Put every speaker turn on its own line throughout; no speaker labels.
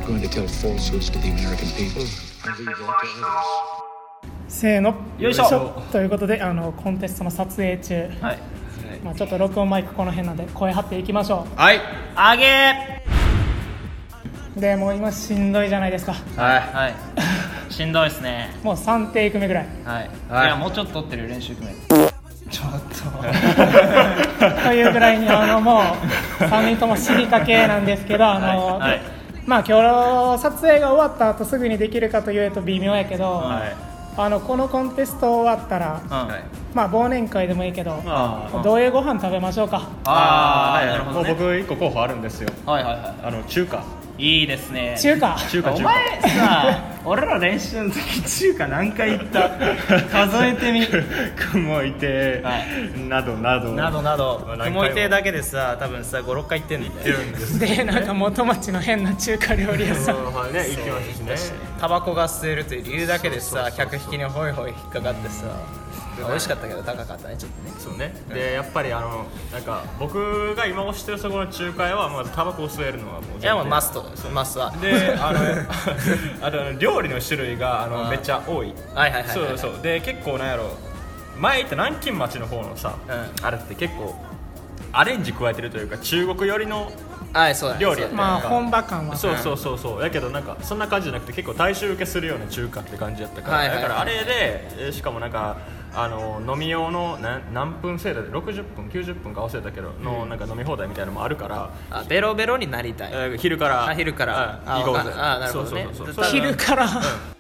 going to tell falsehoods to the American people. I leave that to others.
せーの
よいしょ
ということでコンテストの撮影中、
はい、
ちょっと録音マイクこの辺なんで声張っていきましょ
はい、あげ
う。でもう今しんどいじゃないですか。
はいしんどいですね。
もう3テイク目ぐらい、
いやもうちょっと撮ってる練習組めちょっと
というぐらいにもう3人とも死にかけなんですけど今日撮影が終わった後すぐにできるかというと微妙やけど、このコンテスト終わったら、忘年会でもいいけど、どういうご飯食べましょうか。
なるほどね。
もう僕1個候補あるんですよ。中華。
いいですね。
中華。
お前さ、俺ら練習の時中華何回行った？数えてみ。
雲いて、などなど。
雲いてだけでさ、多分さ5、6回行ってんです
で、なんか元町の変な中華料理屋さん。
行きましたしね。
タバコが吸えるという理由だけでさ、客引きにホイホイ引っかかってさ。美味しかったけど高かったね、ちょっとね。
そうね。でやっぱりなんか僕が今推してるそこの中華屋はまずタバコを吸えるのはもう。
いやもうマストは。
で料理の種類がめっちゃ多い。そうで結構なんやろ、前行った南京町の方のさ、あれって結構アレンジ加えてるというか中国寄りの料理やった。
本場感は
そうだけどなんかそんな感じじゃなくて結構大衆受けするような中華って感じやったから、だからあれでしかもなんか飲み用の何分制度で60分90分か忘れたけどのなんか飲み放題みたいなのもあるから、
ベロベロになりたい。
昼から
行こうぜ。なるほどね。
昼から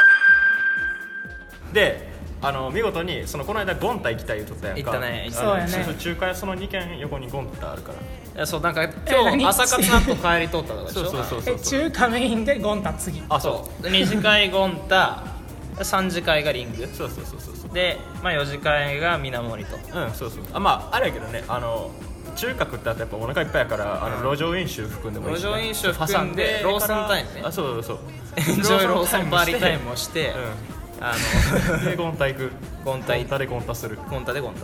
で見事にこの間ゴンタ行きたい言うとったやんか。
行ったね。
そうやね。
中華屋その2軒横にゴンタあるから。
そうなんか今日朝活納豆帰り通ったでしょ。
そう
中華メインでゴンタ次。
そう2次会ゴンタ、3次会がリング。
そう
で4次会が水森と。
あれやけどね、中華食った後やっぱお腹いっぱいやから路上飲酒含んでもいいし、
路上飲酒含んでローソンタイムね。
そう
エンジョイローソンパーリータイムをして
でゴンタ行く。
ゴンタでゴンタする。
ゴンタでゴ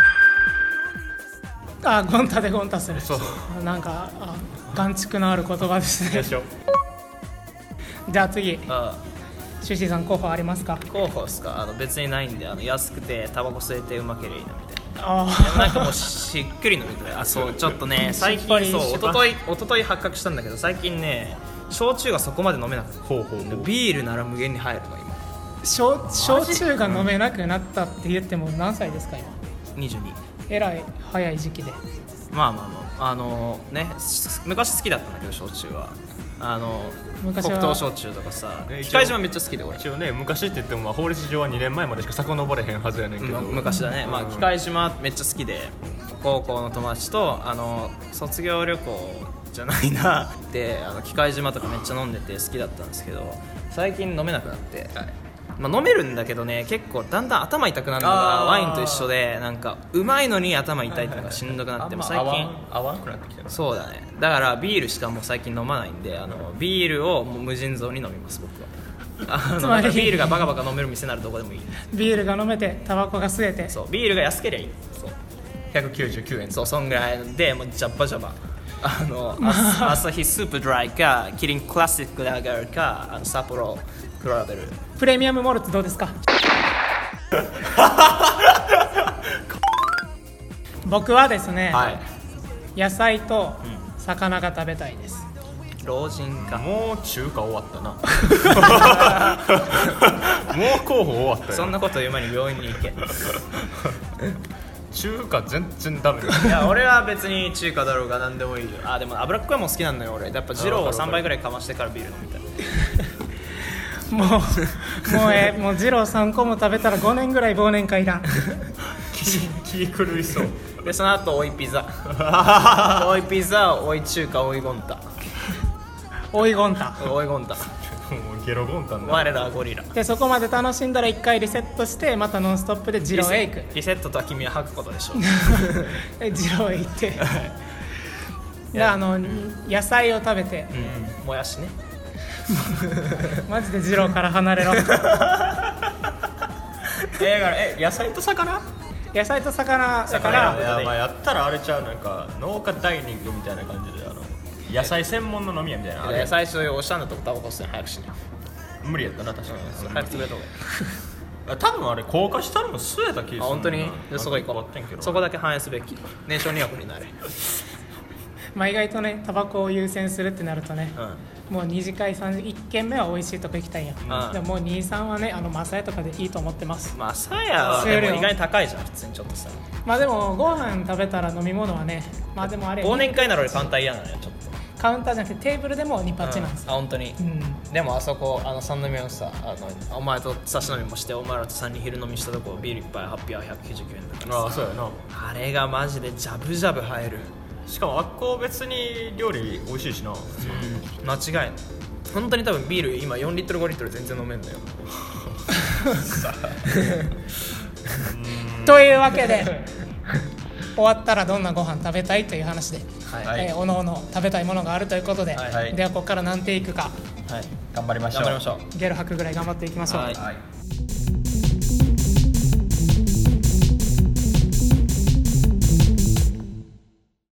ンタする。なんか眼蓄のある言葉ですね。じゃあ次、シュシーさん候補ありますか。
候補ですか。別にないんで安くてタバコ吸えてうまければいいなみたいな。なんかもうしっくり飲みたい。そうちょっとね最近一昨日発覚したんだけど、最近ね焼酎がそこまで飲めなくて、ビールなら無限に入るの今。
焼酎が飲めなくなったって言っても何歳ですか今。
22。
えらい早い時期で。
昔好きだったんだけど焼酎は。
昔は
黒糖焼酎とかさ、機械島めっちゃ好きで俺。
一応ね昔って言っても法律上は2年前までしか遡れへんはずやねんけど、
昔だね。機械島めっちゃ好きで、高校の友達と卒業旅行じゃないなで機械島とかめっちゃ飲んでて好きだったんですけど、最近飲めなくなって、飲めるんだけどね、結構だんだん頭痛くなるのがワインと一緒で、なんかうまいのに頭痛いっていうのがしんどくなって、最近
合わんくなってきてる。
そうだね。だからビールしかもう最近飲まないんで、ビールをもう無尽蔵に飲みます僕は。つまりビールがバカバカ飲める店ならどこでもいい。
ビールが飲めてタバコが吸えて、
そうビールが安ければいい。そう
199円。
そんぐらいでもうジャバジャバアサヒスープドライかキリンクラシックラガーか札幌比べる
プレミアムモルツどうですか。僕はですね、野菜と魚が食べたいです。
老人か。
もう中華終わったな。もう候補終わったよ。
そんなこと言う前に病院に行け。
中華全然ダメだ。
いや俺は別に中華だろうが何でもいいよ。でも脂っこいもん好きなんだよ俺。やっぱ二郎を3倍ぐらいかましてからビール飲みたい。
もう二郎3個も食べたら5年ぐらい忘年会だ。
気狂いそう。
でその後追いピザ。追いピザ、追い中華、追いゴンタ。
追いゴンタ。
もうゲロゴンタンだ。
我らはゴリラ。
でそこまで楽しんだら1回リセットしてまたノンストップで二郎へ行く。
リセットとは君は吐くことでしょう。
二郎へ行って。野菜を食べて、
もやしね。
マジで二郎から離れろ。
野菜と魚
野菜と魚だから
やったらあれちゃう、なんか農家ダイニングみたいな感じで野菜専門の飲み屋みたいな。
野菜そういうおしゃれなとこタバコ吸って早くしね。
無理やったな確かに。
早く潰れた方がいい。
多分あれ高架下にも吸えた気がする。
本当に。そこ行こう。そこだけ反映すべき。年少2億になれ。
まあ意外とねタバコを優先するってなるとね、もう2次会3次1軒目は美味しいとこ行きたいや、でももう2、3はねマサヤとかでいいと思ってます。
マサヤはでも意外に高いじゃん普通にちょっとさ。
まあでもご飯食べたら飲み物はね、まあでもあれ
忘年会なのにカウンター嫌なのよちょっと。
カウンターじゃなくてテーブルでもニパッチなんですよ。
本当に。でもあそこ三宮のさお前と差し飲みもしてお前らと3人昼飲みしたとこビール1杯800円199円だからさ。
そうやな。
あれがマジでジャブジャブ入る。
しかもあっこ別に料理美味しいしな。
間違いない。本当に多分ビール今4リットル5リットル全然飲めんだよ。
というわけで終わったらどんなご飯食べたいという話で、おのおの食べたいものがあるということで、ではここから何テイクか、
頑張りましょう。
ゲロ吐くぐらい頑張っていきましょう。